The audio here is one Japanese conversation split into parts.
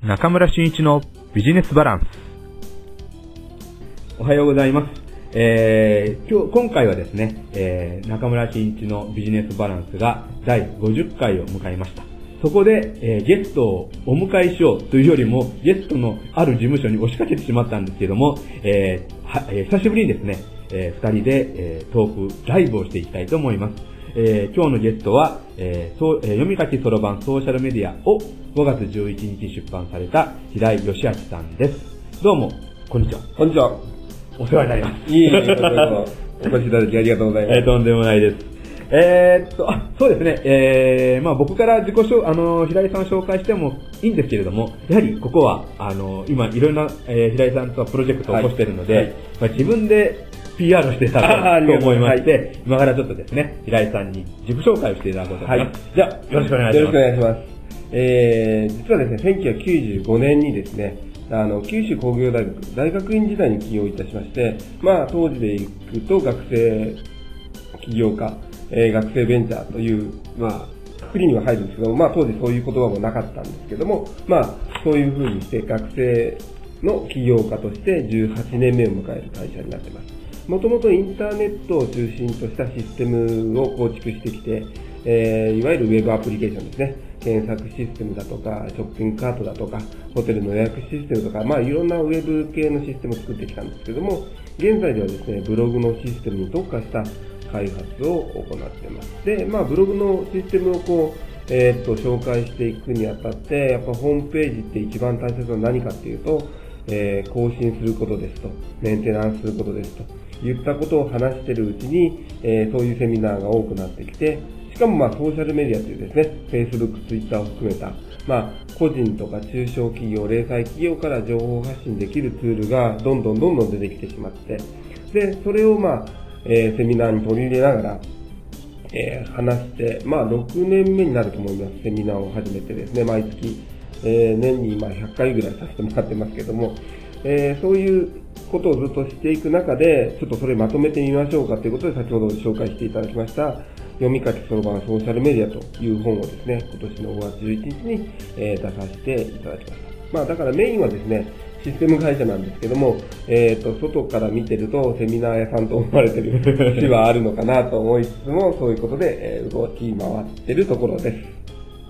中村俊一のビジネスバランス。おはようございます。今回はですね、中村俊一のビジネスバランスが第50回を迎えました。そこで、ゲストをお迎えしようというよりも、ゲストのある事務所に押しかけてしまったんですけども、久しぶりにですね、二人で、トークライブをしていきたいと思います。今日のゲストは、読み書きそろばんソーシャルメディアを5月11日出版された平井義明さんです。どうも、こんにちは。 こんにちは。 お世話になります。 いえいえ、お越しいただきありがとうございます。 とんでもないです。そうですね、僕から自己平井さんを紹介してもいいんですけれども、やはりここは、今いろんな、平井さんとはプロジェクトを起こしているので、自分でPR をしていただこうと思いまして、今からちょっとですね、平井さんに自己紹介をしていただこうと思います。じゃあ、よろしくお願いします。 よろしくお願いします。実はですね、1995年にですね、九州工業大学大学院時代に起業いたしまして、当時でいくと学生起業家、学生ベンチャーという、くくりには入るんですけども、当時そういう言葉もなかったんですけども、そういう風にして学生の起業家として18年目を迎える会社になっています。もともとインターネットを中心としたシステムを構築してきて、いわゆるウェブアプリケーションですね。検索システムだとか、ショッピングカートだとか、ホテルの予約システムとか、いろんなウェブ系のシステムを作ってきたんですけども、現在ではですね、ブログのシステムに特化した開発を行っています。で、ブログのシステムを紹介していくにあたって、やっぱホームページって一番大切なのは何かっていうと、更新することですと、メンテナンスすることですと、言ったことを話しているうちに、そういうセミナーが多くなってきて、しかもソーシャルメディアというですね、Facebook、Twitter を含めた、個人とか中小企業、零細企業から情報発信できるツールがどんどん出てきてしまって、で、それをセミナーに取り入れながら、話して、6年目になると思います。セミナーを始めてですね、毎月、年に100回ぐらいさせてもらってますけども、そういうことをずっとしていく中で、ちょっとそれまとめてみましょうかということで、先ほど紹介していただきました、読み書きそろばんソーシャルメディアという本をですね、今年の5月11日に、出させていただきました。だからメインはですね、システム会社なんですけども、外から見てるとセミナー屋さんと思われてる節はあるのかなと思いつつも、そういうことで、動き回ってるところです。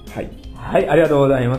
はい。 はい、ありがとうございます。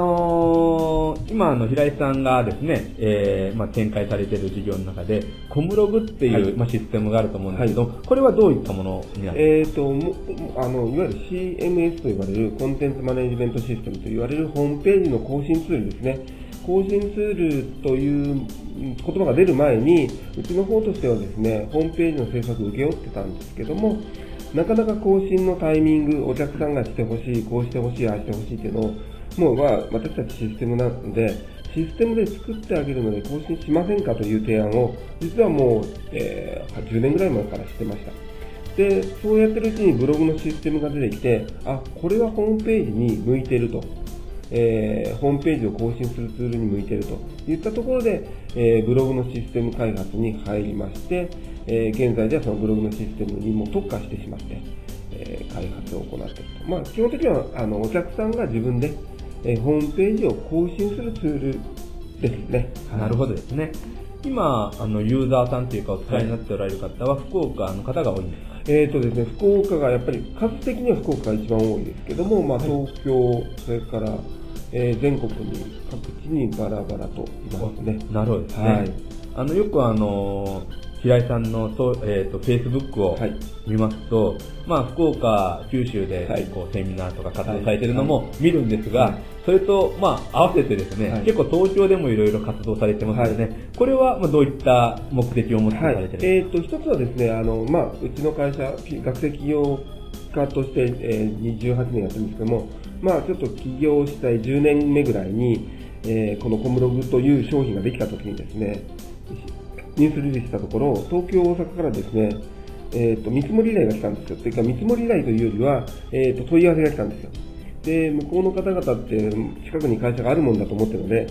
今平井さんがですね、展開されている事業の中で、コムログっていう、システムがあると思うんですけど、これはどういったものになるんですか？ いわゆる CMS と呼ばれるコンテンツマネジメントシステムと言われるホームページの更新ツールですね。更新ツールという言葉が出る前に、うちの方としてはですね、ホームページの制作を請け負ってたんですけども、なかなか更新のタイミング、お客さんがしてほしい、こうしてほしい、ああしてほしいっていうのを、もう私たちシステムなので、システムで作ってあげるので更新しませんかという提案を、実はもう、10年ぐらい前からしてました。で、そうやってるうちにブログのシステムが出てきて、これはホームページに向いていると。ホームページを更新するツールに向いているといったところで、ブログのシステム開発に入りまして、現在ではそのブログのシステムにも特化してしまって、開発を行っていると。基本的にはお客さんが自分でホームページを更新するツールですね。 なるほどですね。今、ユーザーさんというかお使いになっておられる方は福岡の方が多いんですか？ ですね、福岡がやっぱり数的には福岡が一番多いですけども、東京、それから、全国に各地にバラバラといますね。 なるほどですね。はい、よく平井さんのFacebook を見ますと、福岡、九州でセミナーとか活動されているのも見るんですが、それと合わせてですね、結構東京でもいろいろ活動されてますのでね、これはどういった目的を持ってされているんですか？ 一つはですね、うちの会社、学生起業家として、28年やってるんですけども、ちょっと起業したい10年目ぐらいに、このコムログという商品ができたときにですね、ニュースリリースしたところ、東京、大阪からですね、見積もり依頼が来たんですよ。というか、見積もり依頼というよりは、問い合わせが来たんですよ。で、向こうの方々って近くに会社があるもんだと思ってるので、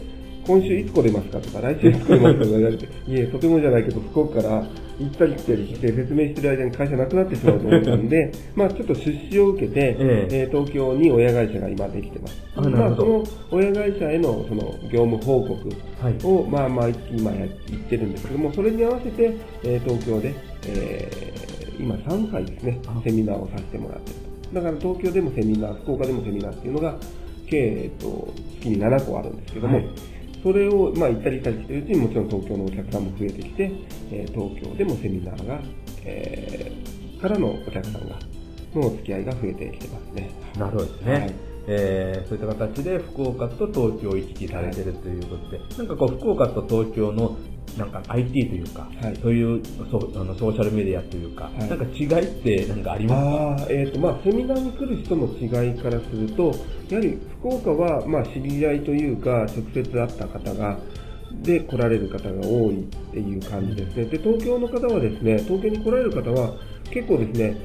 今週いつ来れますかとか、来週いつ来れますかとか言われて、いえ、とてもじゃないけど、福岡から行ったり来たりして説明してる間に会社なくなってしまうと思ったんで、まあちょっと出資を受けて、東京に親会社が今できてます。まあその親会社へのその業務報告を、まあ今やってるんですけども、それに合わせて、東京で、今3回ですね、セミナーをさせてもらっていると。だから東京でもセミナー、福岡でもセミナーっていうのが、計、月に7個あるんですけども、それを、まあ、行ったり来たりしているうちにもちろん東京のお客さんも増えてきて、東京でもセミナーが、からのお客さんのお付き合いが増えてきてますね。 なるほどですね。はい、そういった形で福岡と東京を行き来されているということで、なんかこう福岡と東京のなんか IT というか、そういうソーシャルメディアというか、なんか違いってなんかありますか？ まあセミナーに来る人の違いからすると、やはり福岡はまあ知り合いというか直接会った方がで来られる方が多いっていう感じですね。で東京の方はですね、東京に来られる方は結構ですね、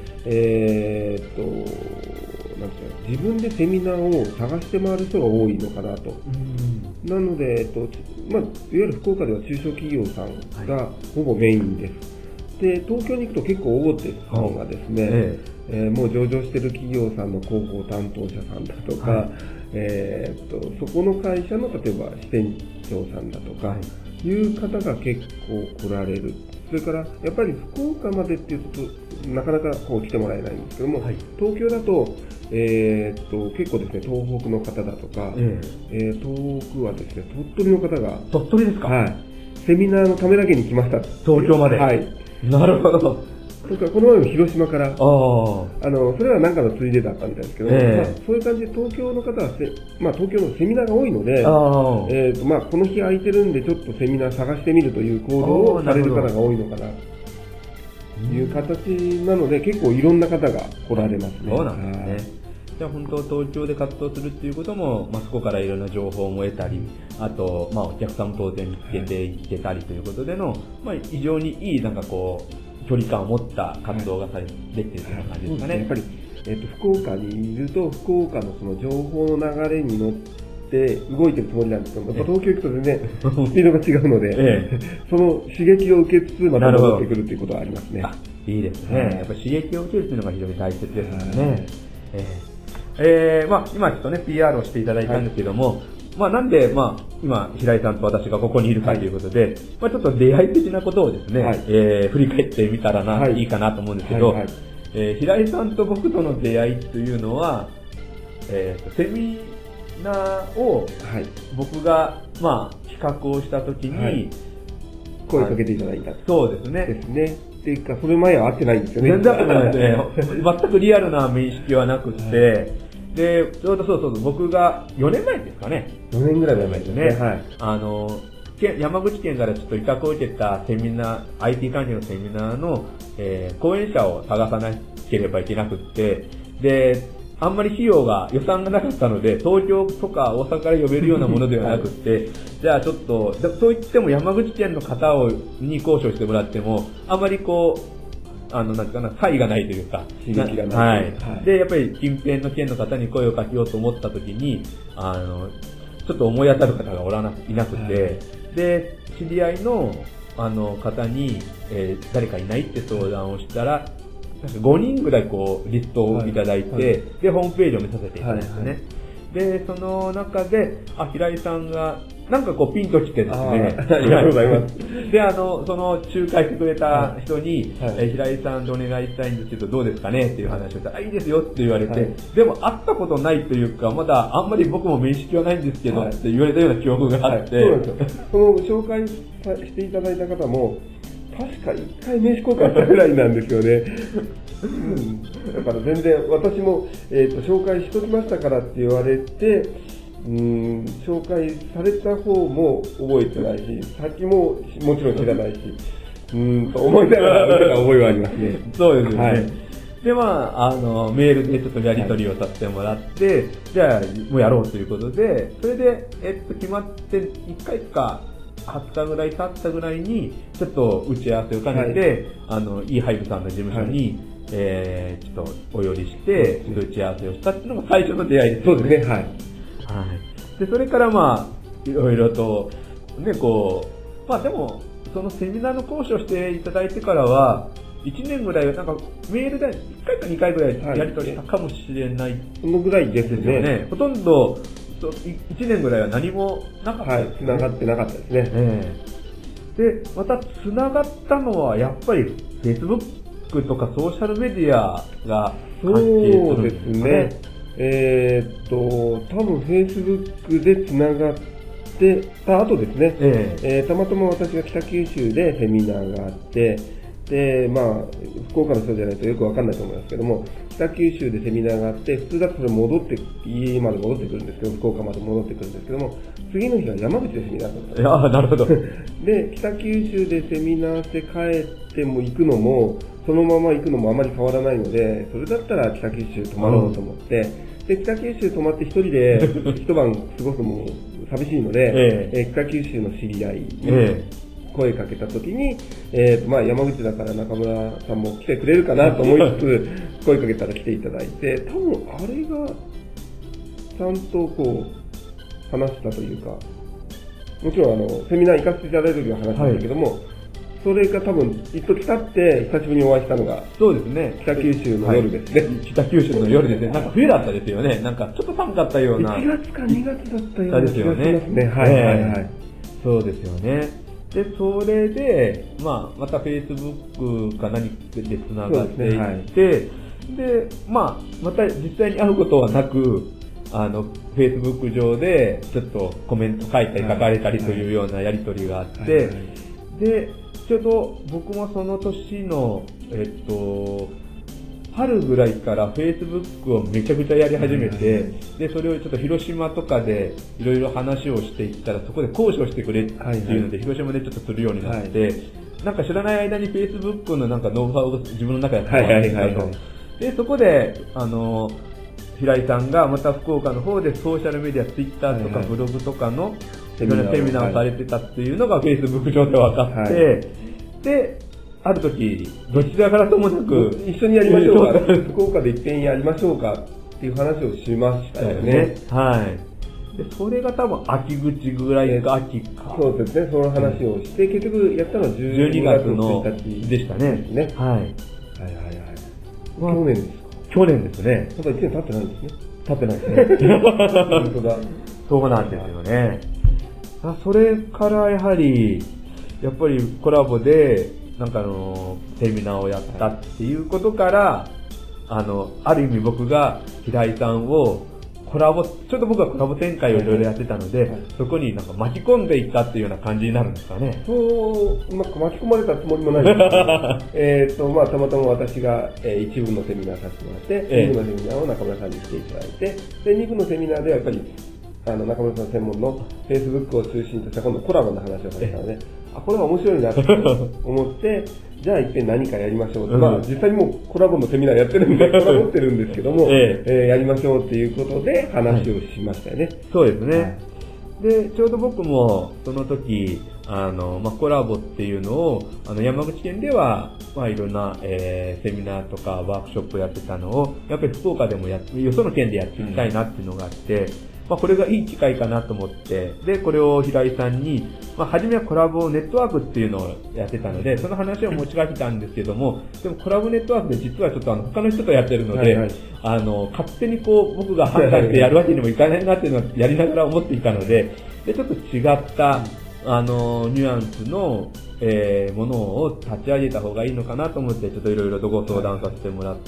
なんていうか、自分でセミナーを探して回る人が多いのかなと。なので、まあ、いわゆる福岡では中小企業さんがほぼメインです。で、東京に行くと結構大手さんがですね、もう上場している企業さんの広報担当者さんだとか、そこの会社の例えば支店長さんだとか、いう方が結構来られる。それからやっぱり福岡までっていうとなかなかこう来てもらえないんですけども、東京だと結構ですね、東北の方だとか、東北はですね、鳥取の方が、 鳥取ですか？ はい。セミナーのためだけに来ました。 東京まで。 はい。 なるほど。 それからこの前も広島から、それは何かのついでだったみたいですけど、まあ、そういう感じで東京の方はまあ、東京のセミナーが多いので、まあ、この日空いてるんでちょっとセミナー探してみるという行動をされる方が多いのかなという形なので、結構いろんな方が来られますね。 そうなんですね。じゃあ本当東京で活動するっていうことも、まあ、そこからいろんな情報も得たり、あと、まあ、お客さんも当然見つけていけたりということでの、まあ、非常にいいなんかこう距離感を持った活動がされているというような感じですかね。 やっぱり、福岡にいると福岡のその情報の流れに乗って動いてるつもりなんですけど、やっぱ東京行くと全然スピードが違うので、その刺激を受けつつまた戻ってくるということはありますね。 いいですね。やっぱり刺激を受けるというのが非常に大切ですね。まあ、今ちょっとね、PR をしていただいたんですけども、まあ、なんで、まあ、今、平井さんと私がここにいるかということで、まあ、ちょっと出会い的なことをですね、振り返ってみたらいいかなと思うんですけど、平井さんと僕との出会いというのは、セミナーを僕が、まあ、企画をしたときに、 声かけていただいた。 そうですね。 ですね。っていうか、それ前は会ってないんですよね。 全然会ってないですね。全くリアルな面識はなくて、で、ちょうど僕が4年前ですかね。 4年ぐらい前ですね。 山口県からちょっと委託を受けたセミナー、IT 関係のセミナーの、講演者を探さなければいけなくって、で、あんまり費用が、予算がなかったので、東京とか大阪から呼べるようなものではなくって、じゃあちょっと、そう言っても山口県の方に交渉してもらっても、あんまりこう、なんていうかな、差異がないというか、 刺激がない。 で、やっぱり近辺の県の方に声をかけようと思ったときに、ちょっと思い当たる方がいなくて、で、知り合いの、方に、誰かいないって相談をしたら、5人ぐらいこう、リストをいただいて、で、ホームページを見させていただいたんですね。で、その中で、平井さんが、なんかこうピンと来てですね。 ありがとうございます。 で、その仲介してくれた人に、平井さんでお願いしたいんですけど、どうですかねっていう話をしたら、いいですよって言われて、でも会ったことないというか、まだあんまり僕も面識はないんですけどって言われたような記憶があって。 そうなんですよ。その紹介していただいた方も、確か1回名刺交換したぐらいなんですよね。だから全然私も、紹介しときましたからって言われて、紹介された方も覚えてないし、先ももちろん知らないし、と思いながら受けた覚えはありますね。 そうですね。で、まあ、メールでちょっとやり取りをさせてもらって、じゃあ、もうやろうということで、それで、決まって1回か、20日ぐらい経ったぐらいに、ちょっと打ち合わせを兼ねて、イーハイブさんの事務所に、ちょっとお寄りして、打ち合わせをしたっていうのが最初の出会いです。 そうですね、はい。 で、それからまあ、 いろいろと、ね、こう、まあでも、そのセミナーの講師をしていただいてからは、1年ぐらいはなんかメールで1回か2回ぐらいやり取りしたかもしれない、 そのぐらいですよね。 ね。ほとんど1年ぐらいは何もなかったですね。 繋がってなかったですね。 で、また繋がったのはやっぱり Facebook とかソーシャルメディアが関係するんですかね。 多分 Facebook で繋がってた後ですね。たまたま私が北九州でセミナーがあって、で、まあ、福岡の人じゃないとよくわかんないと思いますけども、北九州でセミナーがあって、普通だとそれ家まで戻ってくるんですけど、福岡まで戻ってくるんですけども、次の日は山口でセミナーだったんです。 ああ、なるほど。 で、北九州でセミナーして帰っても行くのも、そのまま行くのもあまり変わらないので、それだったら北九州泊まろうと思って、で、北九州泊まって一人で一晩過ごすのも寂しいので、北九州の知り合いに、声かけたときに、まあ山口だから中村さんも来てくれるかなと思いつつ、声かけたら来ていただいて、多分あれが、ちゃんとこう、話したというか、もちろんセミナー行かせていただいた時は話したんだけども、それが多分、一時経って久しぶりにお会いしたのが、 そうですね。 北九州の夜ですね。 北九州の夜ですね。なんか冬だったですよね。なんかちょっと寒かったような。 1月か2月だったような気がしますね。 はい。そうですよね。で、それで、まあ、また Facebook か何で繋がっていって、で、まあ、また実際に会うことはなく、Facebook 上でちょっとコメント書いたり書かれたりというようなやり取りがあって、で、ちょうど僕もその年の、春ぐらいから Facebook をめちゃくちゃやり始めて、で、それをちょっと広島とかでいろいろ話をしていったら、そこで講師をしてくれっていうので、広島でちょっとするようになって、なんか知らない間に Facebook のなんかノウハウを自分の中でやってたんですけど、で、そこで、平井さんがまた福岡の方でソーシャルメディア、Twitter とかブログとかのセミナーをされてたっていうのが Facebook 上で分かって、で、ある時、どちらからともなく、 一緒にやりましょうか、福岡で一遍やりましょうかっていう話をしましたよね。 はい。で、それが多分秋口ぐらいか秋か。 そうですね、その話をして、結局やったのは12月の1日でしたね。はい。 去年ですか？ 去年ですね。 まだ1年経ってないんですね。 経ってないですね。 本当だ。 そうなんですよね。それからやはり、やっぱりコラボで、なんかセミナーをやったっていうことから、ある意味僕が平井さんをちょっと僕はコラボ展開をいろいろやってたので、そこになんか巻き込んでいったっていうような感じになるんですかね。 うまく巻き込まれたつもりもないんですけど、まあたまたま私が一部のセミナーさせてもらって、二部のセミナーを中村さんに来ていただいて、で、二部のセミナーではやっぱり、中村さん専門の Facebook を中心とした今度コラボの話をされたので、これは面白いなと思って、じゃあ一遍何かやりましょうと。まあ実際にもうコラボのセミナーやってるんで、コラボってるんですけども、やりましょうっていうことで話をしましたよね。 そうですね。で、ちょうど僕もその時、コラボっていうのを、山口県では、いろんな、セミナーとかワークショップやってたのを、やっぱり福岡でもよその県でやってみたいなっていうのがあって、これがいい機会かなと思って、で、これを平井さんに、初めはコラボネットワークっていうのをやってたので、その話を持ちかけたんですけども、でもコラボネットワークで実はちょっと他の人とやってるので、勝手に僕が判断してやるわけにもいかないなっていうのをやりながら思っていたので、で、ちょっと違った、ニュアンスの、ものを立ち上げた方がいいのかなと思って、ちょっといろいろとご相談させてもらって、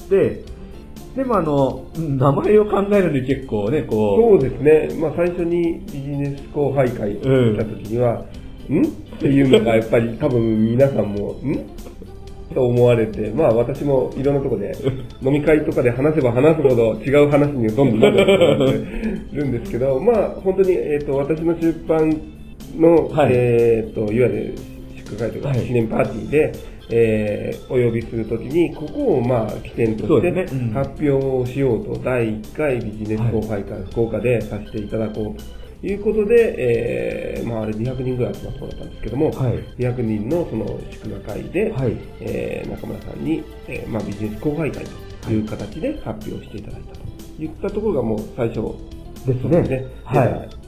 でも名前を考えるのに結構ね、 そうですね。最初にビジネス後輩会に来た時には、っていうのがやっぱり多分皆さんも、と思われて、私もいろんなところで飲み会とかで話せば話すほど違う話にどんどんなってるんですけど、本当に、私の出版の、いわゆる祝賀会とか記念パーティーで、お呼びするときに、ここを起点として発表をしようと、第1回ビジネス後輩会、福岡でさせていただこうということで、あれ200人ぐらい集まってもらったんですけども、200人のその祝賀会で、中村さんに、ビジネス後輩会という形で発表していただいたといったところがもう最初ですね。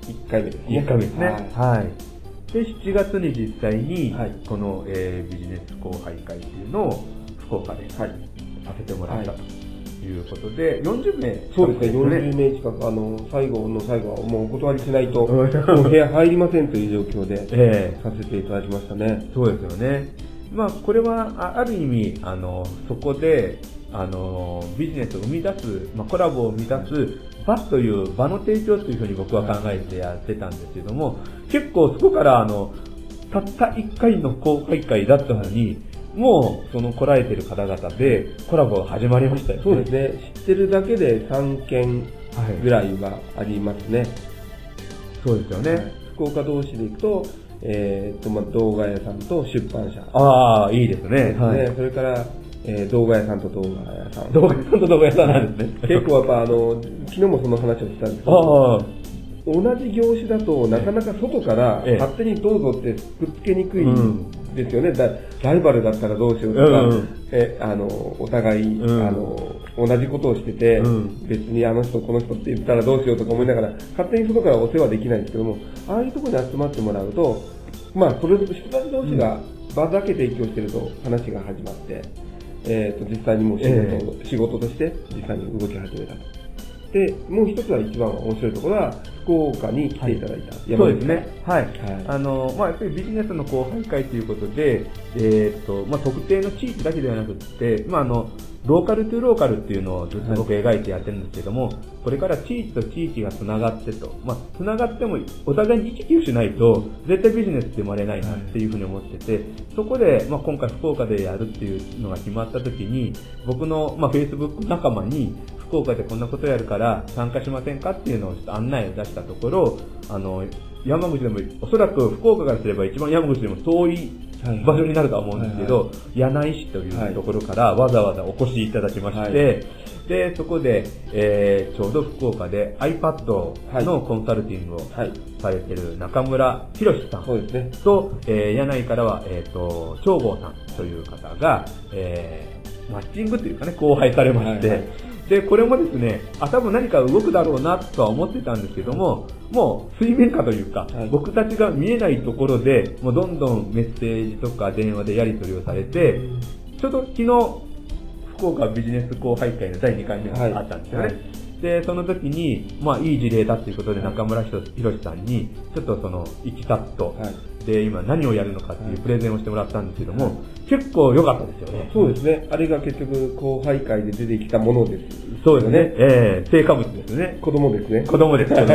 1回目ですね。 1回目ですね。 はい。 はい。で、7月に実際に、 はいこの、ビジネス後輩会っていうのを福岡でさせてもらったということで、40名そうですね、40名近く、最後の最後はもうお断りしないと、もう部屋入りませんという状況で、させていただきましたね。 そうですよね。まあ、これは、ある意味、そこで、ビジネスを生み出す、まあ、コラボを生み出す場という場の提供というふうに僕は考えてやってたんですけども、結構そこからたった1回の後輩会だったのに、もうその来られてる方々でコラボが始まりましたよね。 そうですね、知ってるだけで3件ぐらいはありますね。 そうですよね。 福岡同士で行くと、まあ、動画屋さんと出版社。 ああ、いいですね。 はい。それから、動画屋さんと動画屋さん。 動画屋さんと動画屋さんなんですね。 結構やっぱ昨日もその話をしたんですけど、同じ業種だとなかなか外から勝手にどうぞってくっつけにくいですよね。ライバルだったらどうしようとか、お互い、同じことをしてて、別にあの人この人って言ったらどうしようとか思いながら、勝手に外からお世話できないんですけども、ああいうところに集まってもらうと、まあ、それぞれ人たち同士が場だけ提供してると話が始まって、実際にもう仕事として実際に動き始めたと。で、もう一つは一番面白いところは、福岡に来ていただいた。 そうですね。はい。まあ、やっぱりビジネスの後輩会ということで、まあ、特定の地域だけではなくて、まあ、ローカルトゥローカルっていうのをずっと僕描いてやってるんですけども、これから地域と地域が繋がってと、まあ、繋がってもお互いに行き来しないと、絶対ビジネスって生まれないなっていうふうに思ってて、そこで、まあ、今回福岡でやるっていうのが決まった時に、僕の、まあ、Facebook 仲間に、福岡でこんなことやるから参加しませんかっていうのをちょっと案内を出したところ、山口でも、おそらく福岡からすれば一番山口でも遠い場所になるとは思うんですけど、柳井市というところからわざわざお越しいただきまして、で、そこで、ちょうど福岡で iPad のコンサルティングをされている中村博さんと、柳井からは、長郷さんという方が、マッチングというかね、交配されまして、で、これもですね、多分何か動くだろうなとは思ってたんですけども、もう水面下というか、僕たちが見えないところで、もうどんどんメッセージとか電話でやり取りをされて、ちょうど昨日、福岡ビジネス後輩会の第2回目があったんですよね。で、その時に、まあいい事例だということで中村博さんに、ちょっとその、いきさっと、で、今何をやるのかっていうプレゼンをしてもらったんですけども、結構良かったですよね。 そうですね。あれが結局、後輩会で出てきたものです。 そうですね。成果物ですね。 子供ですね。 子供です。そう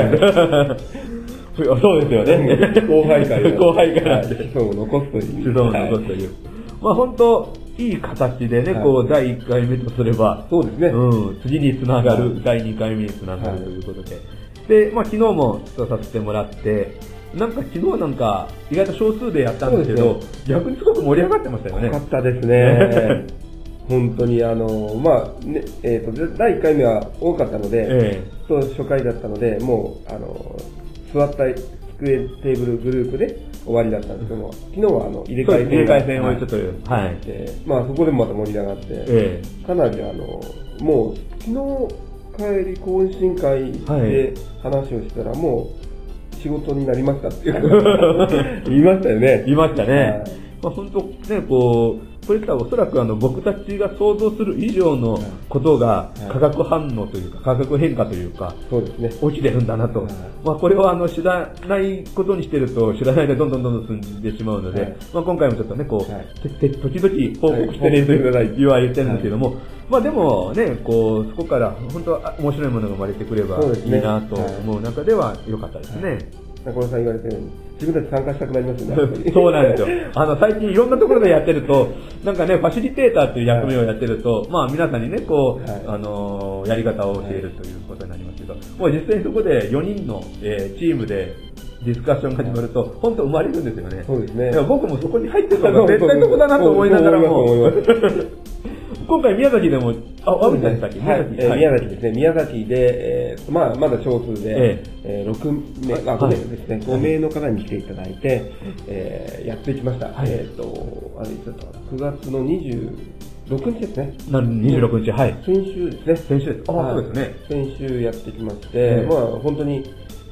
ですよね。 後輩会。 後輩会。 子孫を残すという。 子孫を残すという。まあ本当、いい形でね、こう、第1回目とすれば、 そうですね。 次につながる、第2回目につながるということで。で、まあ昨日も出させてもらって、なんか昨日なんか意外と少数でやったんですけど、逆にすごく盛り上がってましたよね。 よかったですね。本当にまあ、ね、第1回目は多かったので、初回だったので、もう、座った机、テーブルグループで終わりだったんですけども、昨日は入れ替え戦をちょっと、 まあそこでもまた盛り上がって、かなりもう、昨日帰り懇親会で話をしたら、もう、仕事になりましたっていう言いましたよね。 言いましたね。まあ本当ね、これっておそらく僕たちが想像する以上のことが化学反応というか、化学変化というか、 そうですね。 起きてるんだなと。まあこれを知らないことにしてると、知らないでどんどん進んでしまうので、まあ今回もちょっとね、時々報告してねと言われてるんですけども、まあでもね、そこから本当は面白いものが生まれてくればいいなと思う中では良かったですね。 中村さん言われたように、自分たち参加したくなりますよね。 そうなんですよ。最近いろんなところでやってると、なんかね、ファシリテーターっていう役目をやってると、まあ皆さんにね、やり方を教えるということになりますけど、もう実際にそこで4人の、チームでディスカッションが始まると、本当生まれるんですよね。 そうですね。 僕もそこに入ってたのが絶対そこだなと思いながらも、今回宮崎でも、会うんでしたっけ？ 宮崎ですね。宮崎で、まだ少数で、5名ですね。5名の方に来ていただいて、やってきました。あれ、ちょっと9月の26日ですね。 26日、はい。 先週ですね。 先週です。そうですね。 先週やってきまして、まあ本当に、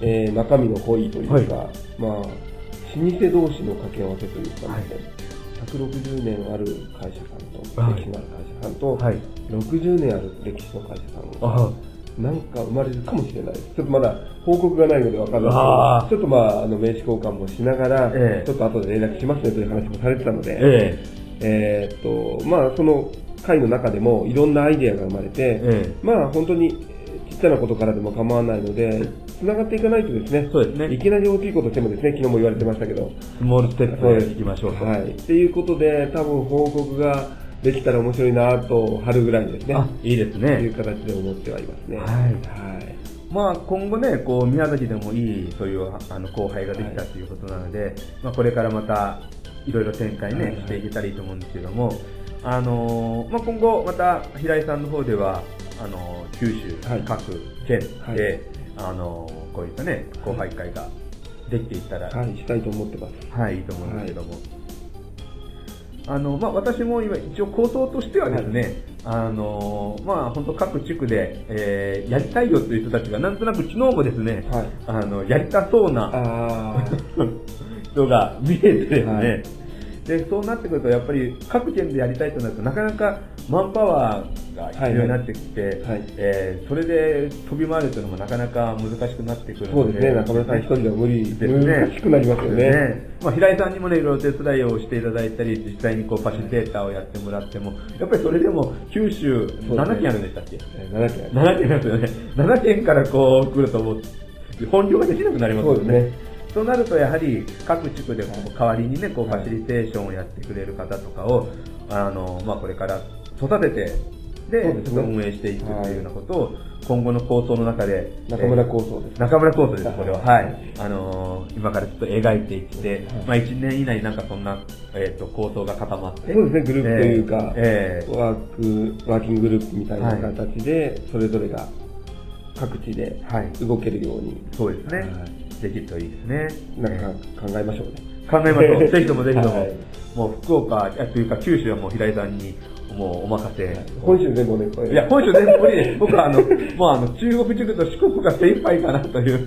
中身の濃いというか、はい、まあ、老舗同士の掛け合わせというかですね、はい、160年ある会社さんと、はい、歴史のある会社さんと、はい、60年ある歴史の会社さんが、なんか生まれるかもしれないです。ちょっとまだ報告がないのでわからないですけど、ちょっとまあ、名刺交換もしながら、ちょっと後で連絡しますねという話もされてたので、まあ、その会の中でもいろんなアイデアが生まれて、まあ、本当にちっちゃなことからでも構わないので、繋がっていかないとですね、 そうですね。 いきなり大きいことしてもですね、昨日も言われてましたけど、 スモールステップでいきましょうと。 はい。っていうことで、多分報告ができたら面白いなと、春ぐらいにですね。 いいですね。 という形で思ってはいますね。はい。 はい。まあ、今後ね、こう、宮崎でもいい、そういう、後輩ができたということなので、まあ、これからまた、いろいろ展開ね、していけたらいいと思うんですけども、まあ、今後、また、平井さんの方では、九州、各県で、こういったね、後輩会ができていったら、 はい、したいと思ってます。 はい、いいと思うんですけども。まあ、私も今、一応構想としてはですね、まあ、本当各地区で、やりたいよという人たちが、なんとなく昨日もですね、やりたそうな人が見えてですね、で、そうなってくると、やっぱり各県でやりたいとなると、なかなかマンパワーが必要になってきて、それで飛び回るというのもなかなか難しくなってくるので。 そうですね、中村さん一人では無理ですね。難しくなりますよね。 まあ、平井さんにもね、いろいろ手伝いをしていただいたり、実際にこう、ファシリテーターをやってもらっても、やっぱりそれでも、九州、7県あるんでしたっけ？ 7県。 7県ですよね。7県からこう、来るともう、本領ができなくなりますよね。そうですね。そうなるとやはり各地区で代わりにね、こうファシリテーションをやってくれる方とかを、まあこれから育てて、で、運営していくというようなことを、今後の構想の中で、 中村構想です。 中村構想です、これは。はい。今からちょっと描いていって、まあ1年以内になんかそんな、構想が固まって。 そうですね、グループというか、ワーキンググループみたいな形で、それぞれが各地で動けるように。 そうですね。できるといいですね。 なんか考えましょうね。 考えましょう。ぜひともぜひとも。もう福岡というか九州はもう平井さんにもうお任せ。 本州全部ね、 いや、本州全部無理です。僕はもう中国地区と四国が精一杯かなという。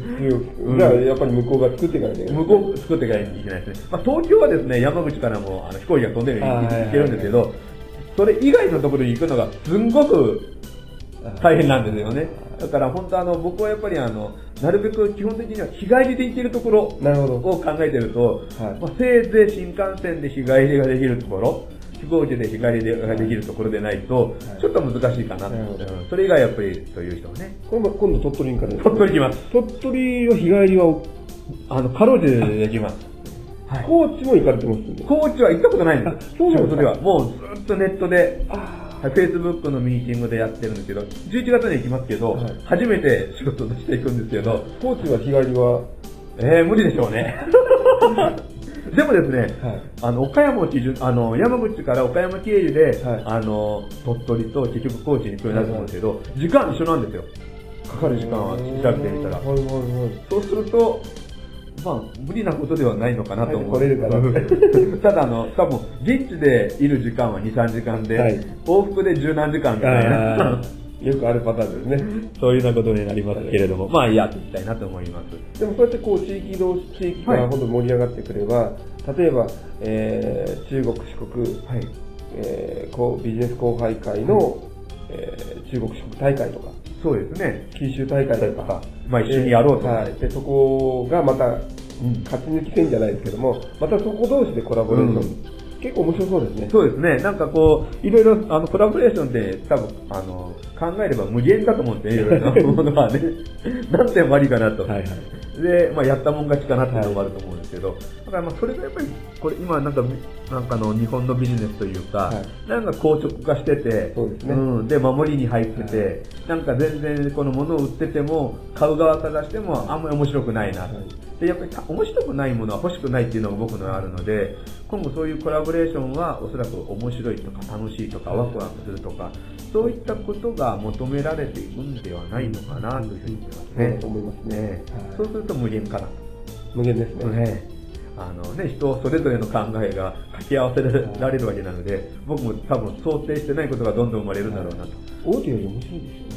じゃあやっぱり向こうが作ってからね。 向こう作ってからいけないですね。まあ東京はですね、山口からも飛行機が飛んでるように行けるんですけど、それ以外のところに行くのがすんごく大変なんですよね。だから本当僕はやっぱりなるべく基本的には日帰りで行けるところを考えてると、まあ、せいぜい新幹線で日帰りができるところ、飛行機で日帰りができるところでないと、ちょっと難しいかなと。それ以外やっぱりそういう人はね。 今度鳥取に行かれる。 鳥取行きます。 鳥取は日帰りは、 かろうじてできます。 高知も行かれてますね。 高知は行ったことないんです。 そうなんですか。 もうずっとネットで、Facebook のミーティングでやってるんですけど、11月に行きますけど、初めて仕事としていくんですけど、 高知は日帰りは無理でしょうね。でもですね、岡山を基準、山口から岡山経由で、鳥取と結局高知に行くようになるんですけど、時間一緒なんですよ。かかる時間は調べてみたら。そうすると、まあ、無理なことではないのかなと思う。 来れるかな。 ただ多分、現地でいる時間は2、3時間で、往復で十何時間みたいな。 よくあるパターンですね。 そういうようなことになりますけれども、まあ、やっていきたいなと思います。 でも、そうやってこう、地域が本当に盛り上がってくれば、例えば、中国、四国、ビジネス後輩会の、中国、四国大会とか、 そうですね。 九州大会とか、 まあ一緒にやろうと。 で、そこがまた、勝ち抜き戦じゃないですけども、またそこ同士でコラボレーション。結構面白そうですね。 そうですね。なんかこう、いろいろ、コラボレーションって多分、考えれば無限だと思うんですね、いろいろなものはね。何点もありかなと。で、まあ、やったもん勝ちかなっていうのもあると思うんですけど、だからまあ、それがやっぱり、これ今なんか日本のビジネスというか、なんか硬直化してて、で、守りに入ってて、なんか全然この物を売ってても、買う側からしてもあんまり面白くないな。で、やっぱり面白くないものは欲しくないっていうのが僕のあるので、今後そういうコラボレーションはおそらく面白いとか楽しいとかワクワクするとか、そういったことが求められていくんではないのかなというふうに思いますね。 そうすると無限かなと。 無限ですね。 人それぞれの考えが掛け合わせられるわけなので、僕も多分想定してないことがどんどん生まれるんだろうなと。 大手より面白いですよね。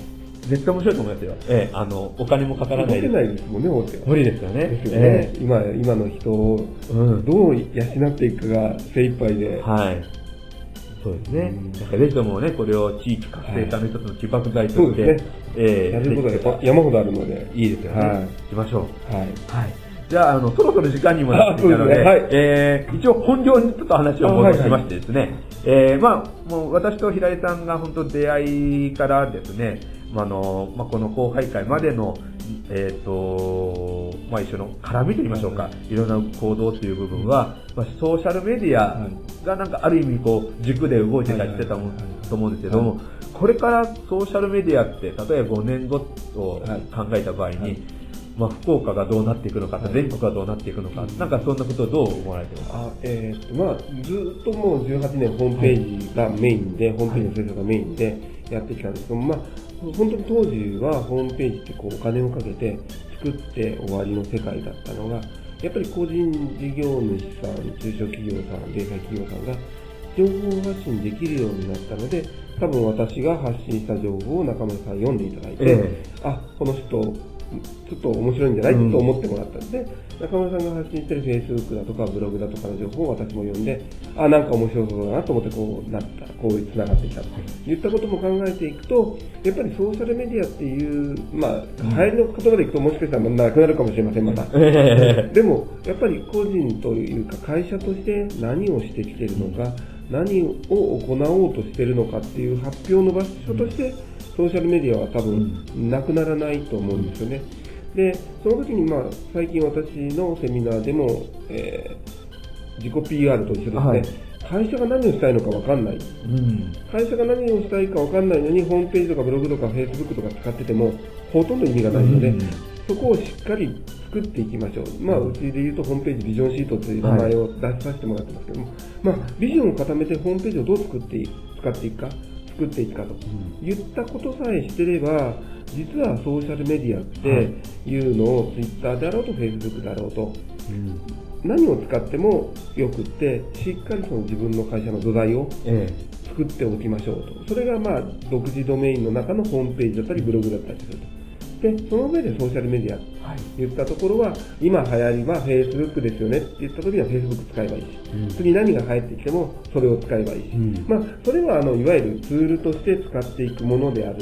絶対面白いと思いますよ。お金もかからないです。 持てないですもんね、大手は。 無理ですよね。 ですよね。今の人をどう養っていくかが精一杯で。 はい。そうですね。なんかぜひともね、これを地域活性化の一つの起爆剤として、 やることが山ほどあるので。 いいですよね。行きましょう。はい。じゃあ、そろそろ時間にもなってきたので、一応本業にちょっと話を戻しましてですね、もう私と平井さんが本当出会いからですね、この後輩会までの、一緒の絡みと言いましょうか、いろんな行動という部分は、ソーシャルメディアがなんかある意味こう、軸で動いてたりしてたと思うんですけども、これからソーシャルメディアって、例えば5年後と考えた場合に、福岡がどうなっていくのか、全国がどうなっていくのか、なんかそんなことをどう思われてますか？ ずっともう18年ホームページがメインで、ホームページの制作がメインでやってきたんですけど、本当に当時はホームページってこうお金をかけて作って終わりの世界だったのが、やっぱり個人事業主さん、中小企業さん、零細企業さんが情報発信できるようになったので、多分私が発信した情報を中村さん読んでいただいて、この人、ちょっと面白いんじゃない、と思ってもらったんで、中村さんが発信してる Facebook だとかブログだとかの情報を私も読んで、なんか面白そうだなと思ってこうなった、こう繋がってきたといったことも考えていくと、やっぱりソーシャルメディアっていう、流行りの言葉でいくともしかしたらなくなるかもしれません、また。でも、やっぱり個人というか会社として何をしてきているのか、何を行おうとしているのかっていう発表の場所として、ソーシャルメディアは多分なくならないと思うんですよね。で、その時に最近私のセミナーでも、自己 PR と一緒ですね、会社が何をしたいのか分かんない、会社が何をしたいか分かんないのにホームページとかブログとか Facebook とか使っててもほとんど意味がないので、そこをしっかり作っていきましょう。うちで言うとホームページビジョンシートという名前を出させてもらってますけども、ビジョンを固めてホームページをどう使っていくかと言ったことさえしてれば、実はソーシャルメディアっていうのを Twitter であろうと Facebook であろうと、何を使ってもよくって、しっかりその自分の会社の土台を作っておきましょうと。それが独自ドメインの中のホームページだったりブログだったりすると。で、その上でソーシャルメディアと言ったところは、今流行りは Facebook ですよねって言った時には Facebook 使えばいいし、次何が流行ってきてもそれを使えばいいし、それはいわゆるツールとして使っていくものであるって、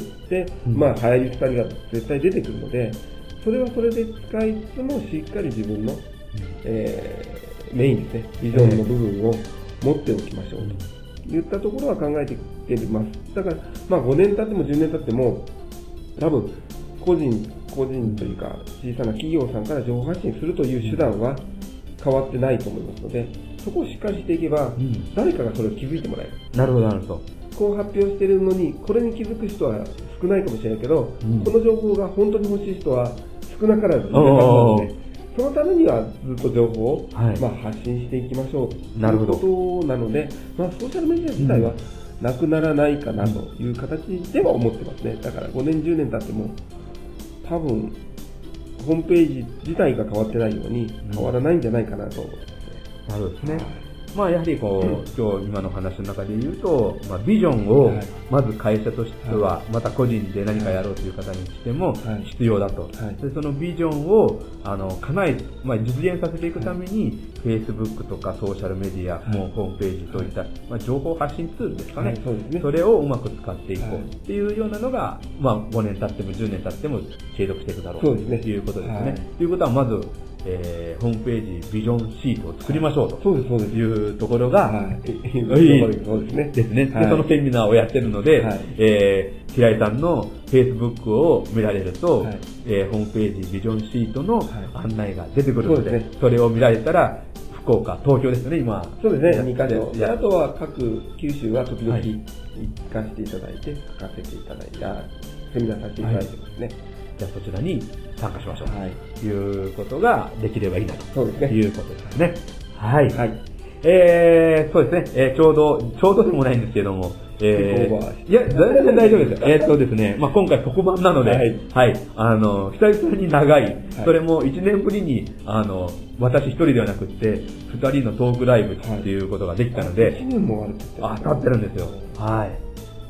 流行り廃りが絶対出てくるので、それはそれで使いつつもしっかり自分の、メインですね、ビジョンの部分を持っておきましょうと言ったところは考えてきています。だから、5年経っても10年経っても、多分、個人というか小さな企業さんから情報発信するという手段は変わってないと思いますので、そこをしっかりしていけば、誰かがそれを気づいてもらえる。 なるほど、なるほど。 こう発表しているのに、これに気づく人は少ないかもしれないけど、この情報が本当に欲しい人は少なからずいるはずなので、そのためにはずっと情報を、発信していきましょうということなので、ソーシャルメディア自体はなくならないかなという形では思ってますね。だから5年10年経っても多分ホームページ自体が変わってないように変わらないんじゃないかなと思いますね。 なるほどですね。やはり今日今の話の中で言うと、ビジョンをまず会社としては、また個人で何かやろうという方にしても必要だと。でそのビジョンを叶え、実現させていくために、Facebook とかソーシャルメディア、ホームページといった、情報発信ツールですかね。それをうまく使っていこうっていうようなのが、5年経っても10年経っても継続していくだろうということですね。ということはまず、ホームページビジョンシートを作りましょうというところが、 そうですね。 ですね。で、そのセミナーをやってるので、平井さんの Facebook を見られると、ホームページビジョンシートの案内が出てくるので、それを見られたら、福岡、東京ですね、今。 そうですね、2カ所。あとは各九州は時々行かせていただいて、書かせていただいた、セミナーさせていただいてますね。 じゃあそちらに参加しましょうということができればいいなということですね。はい。そうですね、ちょうどでもないんですけども、いや、全然大丈夫ですよ。ですね、今回特番なので、久々に長い、それも1年ぶりに、私一人ではなくって、2人のトークライブっていうことができたので、 1年も経ってるんですよ。はい。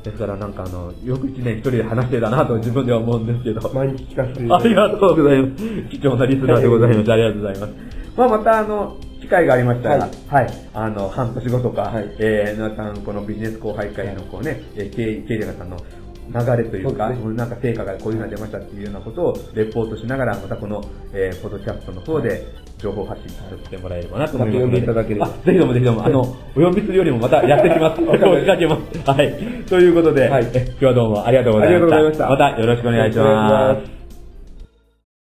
ですからなんかよく一年一人で話してたなと自分では思うんですけど。 毎日聞かせていありがとうございます。貴重なリスナーでございます。ありがとうございます。まあまた機会がありましたら、はい、半年後とか、はい、皆さんこのビジネス後輩会のこうね、経営者さんの流れというか、なんか成果がこういうのが出ましたっていうようなことをレポートしながら、またこの、ポッドキャストの方で情報発信させてもらえればなと思いますので。 呼んでいただければ。 ぜひともぜひとも、お呼びするよりもまたやってきます。お仕掛けます。はい。ということで、今日はどうもありがとうございました。 ありがとうございました。 またよろしくお願いします。